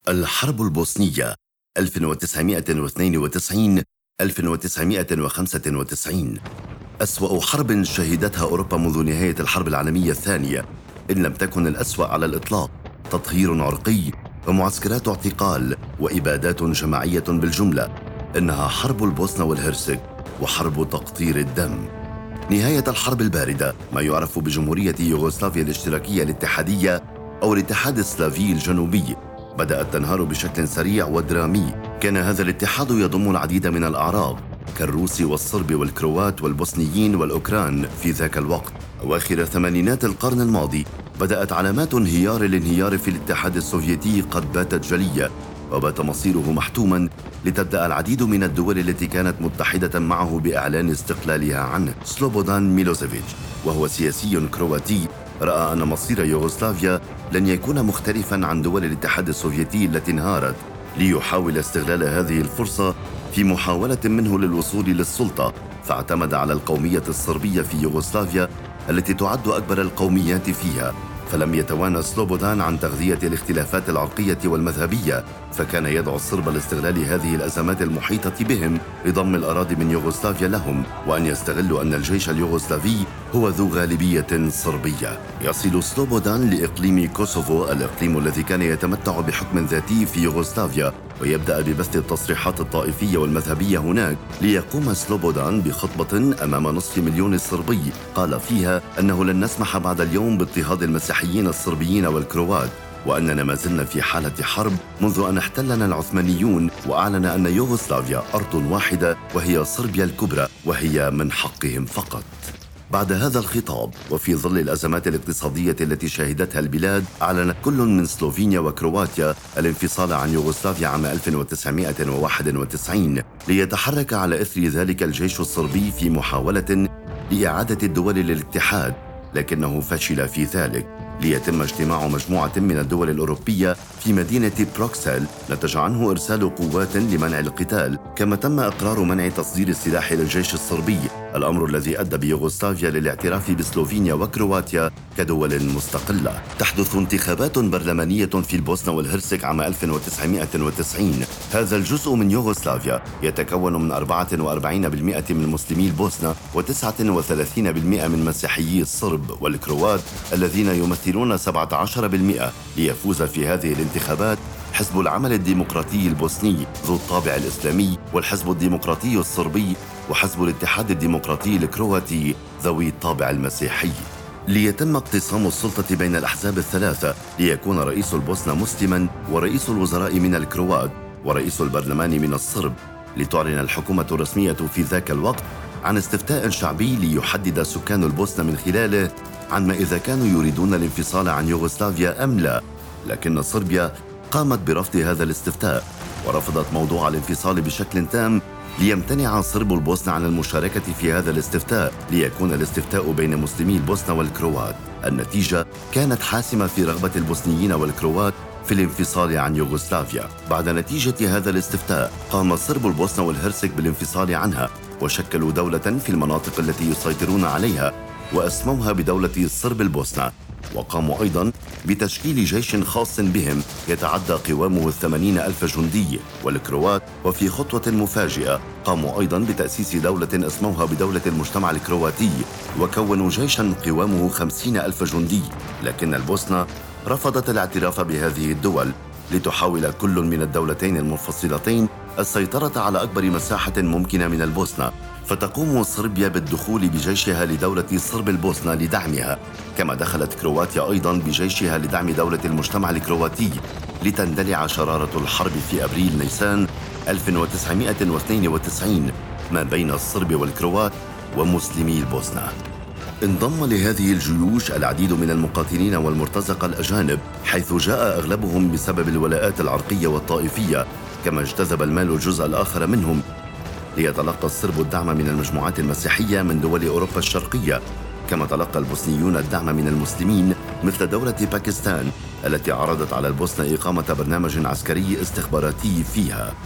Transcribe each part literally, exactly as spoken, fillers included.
الحرب البوسنية ألف وتسعمائة واثنين وتسعين ألف وتسعمائة وخمسة وتسعين، أسوأ حرب شهدتها أوروبا منذ نهاية الحرب العالمية الثانية، إن لم تكن الأسوأ على الإطلاق. تطهير عرقي ومعسكرات اعتقال وإبادات جماعية بالجملة. إنها حرب البوسنة والهرسك وحرب تقطير الدم. نهاية الحرب الباردة، ما يعرف بجمهورية يوغوسلافيا الاشتراكية الاتحادية أو الاتحاد السلافي الجنوبي، بدأت تنهار بشكل سريع ودرامي. كان هذا الاتحاد يضم العديد من الأعراق كالروس والصرب والكروات والبوسنيين والأوكران في ذاك الوقت. أواخر ثمانينات القرن الماضي بدأت علامات انهيار الانهيار في الاتحاد السوفيتي قد باتت جلية، وبات مصيره محتوما لتبدأ العديد من الدول التي كانت متحدة معه بإعلان استقلالها عنه. سلوبودان ميلوسيفيتش، وهو سياسي كرواتي، رأى أن مصير يوغوسلافيا لن يكون مختلفا عن دول الاتحاد السوفيتي التي انهارت، ليحاول استغلال هذه الفرصة في محاولة منه للوصول للسلطة، فاعتمد على القومية الصربية في يوغوسلافيا التي تعد أكبر القوميات فيها. فلم يتوانى سلوبودان عن تغذية الاختلافات العرقية والمذهبية، فكان يدعو الصرب لاستغلال هذه الأزمات المحيطة بهم لضم الأراضي من يوغوسلافيا لهم، وأن يستغلوا أن الجيش اليوغوسلافي هو ذو غالبية صربية. يصل سلوبودان لإقليم كوسوفو، الإقليم الذي كان يتمتع بحكم ذاتي في يوغوسلافيا، ويبدأ ببث التصريحات الطائفية والمذهبية هناك. ليقوم سلوبودان بخطبة أمام نصف مليون صربي قال فيها أنه لن نسمح بعد اليوم باضطهاد المسيحيين الصربيين والكروات، وأننا ما زلنا في حالة حرب منذ أن احتلنا العثمانيون، وأعلن أن يوغوسلافيا أرض واحدة وهي صربيا الكبرى، وهي من حقهم فقط. بعد هذا الخطاب وفي ظل الأزمات الاقتصادية التي شهدتها البلاد، أعلن كل من سلوفينيا وكرواتيا الانفصال عن يوغوسلافيا عام ألف وتسعمائة وواحد وتسعين، ليتحرك على إثر ذلك الجيش الصربي في محاولة لإعادة الدول للاتحاد، لكنه فشل في ذلك. ليتم اجتماع مجموعة من الدول الأوروبية في مدينة بروكسل، نتج عنه إرسال قوات لمنع القتال، كما تم إقرار منع تصدير السلاح للجيش الصربي، الأمر الذي أدى بيوغوسلافيا للاعتراف بسلوفينيا وكرواتيا كدول مستقلة. تحدث انتخابات برلمانية في البوسنة والهرسك عام ألف وتسعمائة وتسعين. هذا الجزء من يوغوسلافيا يتكون من أربعة وأربعين بالمئة من مسلمي البوسنة وتسعة وثلاثين بالمئة من مسيحيي الصرب والكروات الذين يمثلون سبعة عشر بالمئة. ليفوز في هذه الانتخابات حزب العمل الديمقراطي البوسني ذو الطابع الإسلامي، والحزب الديمقراطي الصربي، وحزب الاتحاد الديمقراطي الكرواتي ذوي الطابع المسيحي. ليتم اقتسام السلطة بين الأحزاب الثلاثة، ليكون رئيس البوسنة مسلما، ورئيس الوزراء من الكروات، ورئيس البرلمان من الصرب. لتعلن الحكومة الرسمية في ذاك الوقت عن استفتاء شعبي ليحدد سكان البوسنة من خلاله عن ما إذا كانوا يريدون الانفصال عن يوغوسلافيا أم لا، لكن صربيا قامت برفض هذا الاستفتاء ورفضت موضوع الانفصال بشكل تام، ليمتنع صرب البوسنة عن المشاركة في هذا الاستفتاء، ليكون الاستفتاء بين مسلمي البوسنة والكروات. النتيجة كانت حاسمة في رغبة البوسنيين والكروات في الانفصال عن يوغوسلافيا. بعد نتيجة هذا الاستفتاء قام صرب البوسنة والهرسك بالانفصال عنها، وشكلوا دولة في المناطق التي يسيطرون عليها، وأسموها بدولة الصرب البوسنة. وقاموا أيضا بتشكيل جيش خاص بهم يتعدى قوامه الثمانين ألف جندي. والكروات وفي خطوة مفاجئة قاموا أيضا بتأسيس دولة أسموها بدولة المجتمع الكرواتي، وكونوا جيشا قوامه خمسين ألف جندي. لكن البوسنة رفضت الاعتراف بهذه الدول، لتحاول كل من الدولتين المنفصلتين السيطرة على أكبر مساحة ممكنة من البوسنة، فتقوم صربيا بالدخول بجيشها لدولة صرب البوسنة لدعمها، كما دخلت كرواتيا أيضا بجيشها لدعم دولة المجتمع الكرواتي، لتندلع شرارة الحرب في أبريل نيسان ألف وتسعمائة واثنين وتسعين ما بين الصرب والكروات ومسلمي البوسنة. انضم لهذه الجيوش العديد من المقاتلين والمرتزقة الأجانب، حيث جاء أغلبهم بسبب الولاءات العرقية والطائفية، كما اجتذب المال الجزء الآخر منهم. ليتلقى الصرب الدعم من المجموعات المسيحية من دول أوروبا الشرقية، كما تلقى البوسنيون الدعم من المسلمين مثل دولة باكستان التي عرضت على البوسنة إقامة برنامج عسكري استخباراتي فيها.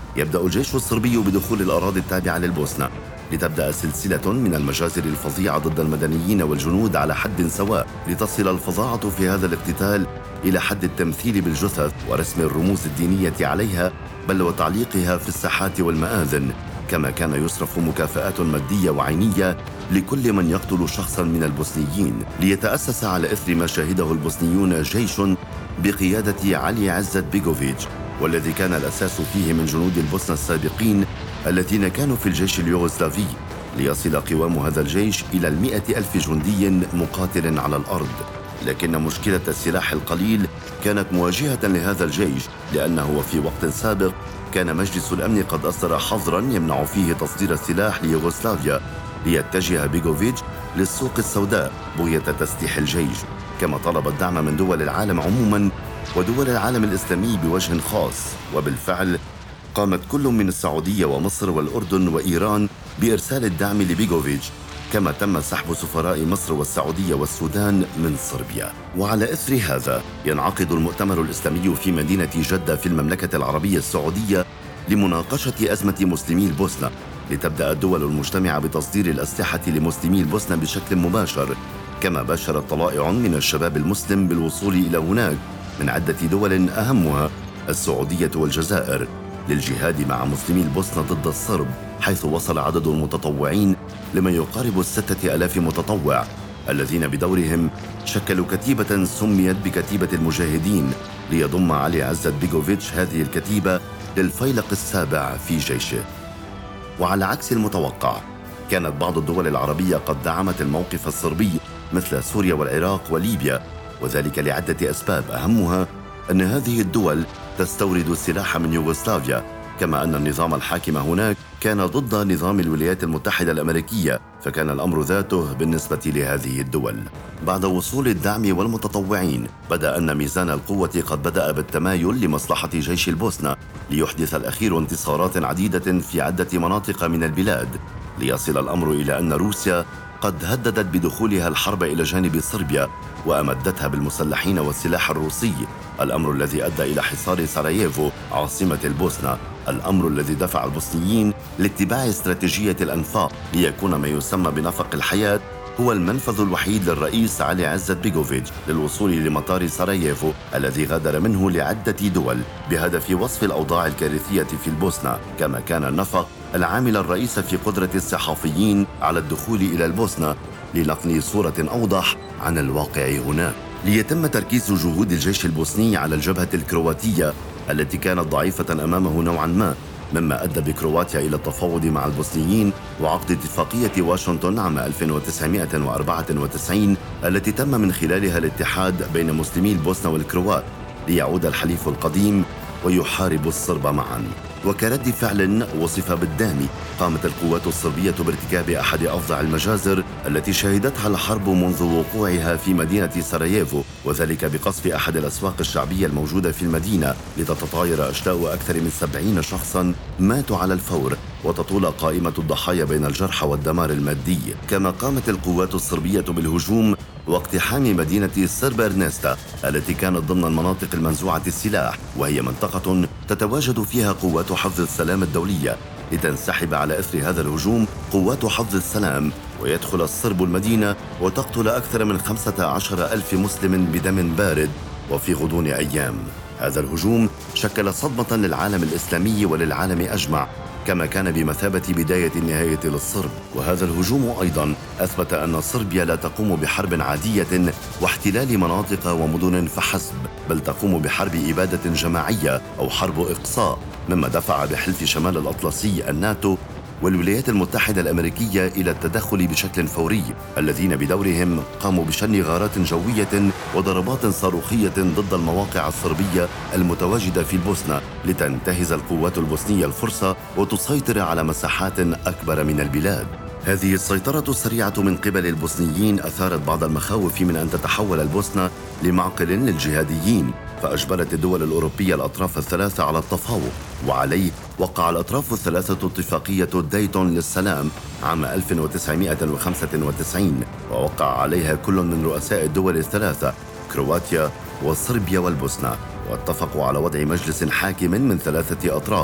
يبدأ الجيش الصربي بدخول الأراضي التابعة للبوسنة، لتبدأ سلسلة من المجازر الفظيعة ضد المدنيين والجنود على حد سواء، لتصل الفظاعة في هذا الاقتتال إلى حد التمثيل بالجثث ورسم الرموز الدينية عليها، بل وتعليقها في الساحات والمآذن. كما كان يصرف مكافآت مادية وعينية لكل من يقتل شخصا من البوسنيين، ليتأسس على إثر ما شهده البوسنيون جيش بقيادة علي عزت بيغوفيتش، والذي كان الأساس فيه من جنود البوسنة السابقين الذين كانوا في الجيش اليوغوسلافي، ليصل قوام هذا الجيش إلى المئة ألف جندي مقاتل على الأرض. لكن مشكلة السلاح القليل كانت مواجهة لهذا الجيش، لأنه وفي وقت سابق كان مجلس الأمن قد أصدر حظراً يمنع فيه تصدير السلاح ليوغوسلافيا، ليتجه بيغوفيتش للسوق السوداء بغية تسليح الجيش، كما طلب الدعم من دول العالم عموماً ودول العالم الإسلامي بوجه خاص. وبالفعل قامت كل من السعودية ومصر والأردن وإيران بإرسال الدعم لبيغوفيتش، كما تم سحب سفراء مصر والسعودية والسودان من صربيا. وعلى إثر هذا ينعقد المؤتمر الإسلامي في مدينة جدة في المملكة العربية السعودية لمناقشة أزمة مسلمي البوسنة، لتبدأ الدول المجتمعة بتصدير الأسلحة لمسلمي البوسنة بشكل مباشر. كما باشرت طلائع من الشباب المسلم بالوصول إلى هناك من عدة دول أهمها السعودية والجزائر للجهاد مع مسلمي البوسنة ضد الصرب، حيث وصل عدد المتطوعين لما يقارب الستة ألاف متطوع، الذين بدورهم شكلوا كتيبة سميت بكتيبة المجاهدين، ليضم علي عزت بيغوفيتش هذه الكتيبة للفيلق السابع في جيشه. وعلى عكس المتوقع، كانت بعض الدول العربية قد دعمت الموقف الصربي مثل سوريا والعراق وليبيا، وذلك لعدة أسباب، أهمها أن هذه الدول تستورد السلاح من يوغوسلافيا، كما أن النظام الحاكم هناك كان ضد نظام الولايات المتحدة الأمريكية، فكان الأمر ذاته بالنسبة لهذه الدول. بعد وصول الدعم والمتطوعين، بدأ أن ميزان القوة قد بدأ بالتمايل لمصلحة جيش البوسنة، ليحدث الأخير انتصارات عديدة في عدة مناطق من البلاد، ليصل الأمر إلى أن روسيا قد هددت بدخولها الحرب إلى جانب صربيا وأمدتها بالمسلحين والسلاح الروسي، الأمر الذي أدى إلى حصار سراييفو عاصمة البوسنة، الأمر الذي دفع البوسنيين لاتباع استراتيجية الأنفاق، ليكون ما يسمى بنفق الحياة هو المنفذ الوحيد للرئيس علي عزت بيغوفيتش للوصول لمطار سراييفو الذي غادر منه لعدة دول بهدف وصف الأوضاع الكارثية في البوسنة. كما كان النفق العامل الرئيس في قدرة الصحفيين على الدخول إلى البوسنة لنقل صورة أوضح عن الواقع هناك، ليتم تركيز جهود الجيش البوسني على الجبهة الكرواتية التي كانت ضعيفة أمامه نوعا ما، مما أدى بكرواتيا إلى التفاوض مع البوسنيين وعقد اتفاقية واشنطن عام ألف وتسعمائة وأربعة وتسعين التي تم من خلالها الاتحاد بين مسلمي البوسنة والكروات، ليعود الحليف القديم ويحارب الصرب معا. وكرد فعل وصف بالدامي، قامت القوات الصربية بارتكاب أحد أفظع المجازر التي شهدتها الحرب منذ وقوعها في مدينة سراييفو، وذلك بقصف أحد الأسواق الشعبية الموجودة في المدينة، لتتطاير أشلاء أكثر من سبعين شخصا ماتوا على الفور، وتطول قائمة الضحايا بين الجرحى والدمار المادي. كما قامت القوات الصربية بالهجوم واقتحام مدينة سربرنيستا التي كانت ضمن المناطق المنزوعة السلاح، وهي منطقة تتواجد فيها قوات حفظ السلام الدولية، لتنسحب على إثر هذا الهجوم قوات حفظ السلام ويدخل الصرب المدينة وتقتل أكثر من خمسة عشر ألف مسلم بدم بارد وفي غضون أيام. هذا الهجوم شكل صدمة للعالم الإسلامي وللعالم أجمع، كما كان بمثابة بداية النهاية للصرب. وهذا الهجوم أيضا أثبت أن صربيا لا تقوم بحرب عادية واحتلال مناطق ومدن فحسب، بل تقوم بحرب إبادة جماعية أو حرب إقصاء، مما دفع بحلف شمال الأطلسي الناتو والولايات المتحدة الأمريكية إلى التدخل بشكل فوري، الذين بدورهم قاموا بشن غارات جوية وضربات صاروخية ضد المواقع الصربية المتواجدة في البوسنة، لتنتهز القوات البوسنية الفرصة وتسيطر على مساحات أكبر من البلاد. هذه السيطرة السريعة من قبل البوسنيين أثارت بعض المخاوف من أن تتحول البوسنة لمعقل للجهاديين، فأجبرت الدول الأوروبية الأطراف الثلاثة على التفاوض، وعليه وقع الأطراف الثلاثة اتفاقية دايتون للسلام عام ألف وتسعمائة وخمسة وتسعين، ووقع عليها كل من رؤساء الدول الثلاثة كرواتيا وصربيا والبوسنة، واتفقوا على وضع مجلس حاكم من ثلاثة أطراف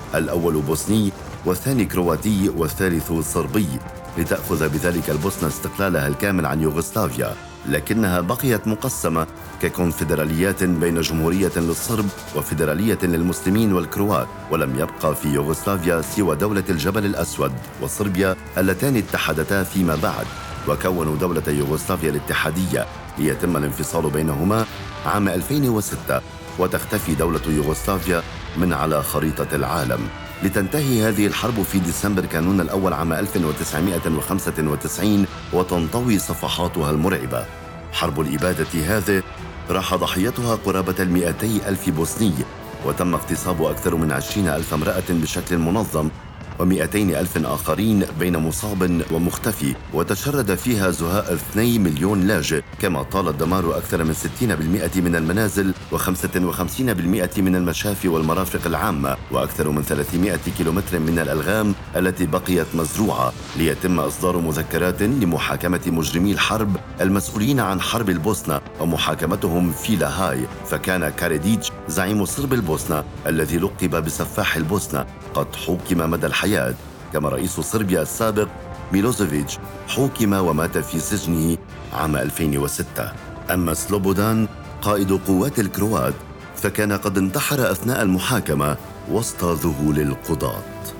الأول بوسني والثاني كرواتي والثالث صربي، لتأخذ بذلك البوسنة استقلالها الكامل عن يوغوسلافيا، لكنها بقيت مقسمة ككونفدراليات بين جمهورية للصرب وفيدرالية للمسلمين والكروات، ولم يبقى في يوغوسلافيا سوى دولة الجبل الأسود وصربيا اللتان اتحدتا فيما بعد وكونوا دولة يوغوسلافيا الاتحادية، ليتم الانفصال بينهما عام ألفين وستة وتختفي دولة يوغوسلافيا من على خريطة العالم، لتنتهي هذه الحرب في ديسمبر كانون الأول عام ألف وتسعمائة وخمسة وتسعين وتنطوي صفحاتها المرعبة. حرب الإبادة هذه راح ضحيتها قرابة المئتي ألف بوسني، وتم اغتصاب أكثر من عشرين ألف امرأة بشكل منظم ومئتين ألف آخرين بين مصاب ومختفي، وتشرد فيها زهاء اثنين مليون لاجئ، كما طال الدمار أكثر من ستين بالمئة من المنازل وخمسة وخمسين بالمئة من المشافي والمرافق العامة، وأكثر من ثلاثمائة كيلومتر من الألغام التي بقيت مزروعة، ليتم إصدار مذكرات لمحاكمة مجرمي الحرب المسؤولين عن حرب البوسنة ومحاكمتهم في لاهاي. فكان كاريديتش زعيم صرب البوسنة الذي لقب بسفاح البوسنة قد حوكم مدى الحياة، كما رئيس صربيا السابق ميلوزيفيتش حوكم ومات في سجنه عام ألفين وستة. أما سلوبودان قائد قوات الكروات فكان قد انتحر أثناء المحاكمة وسط ذهول القضاة.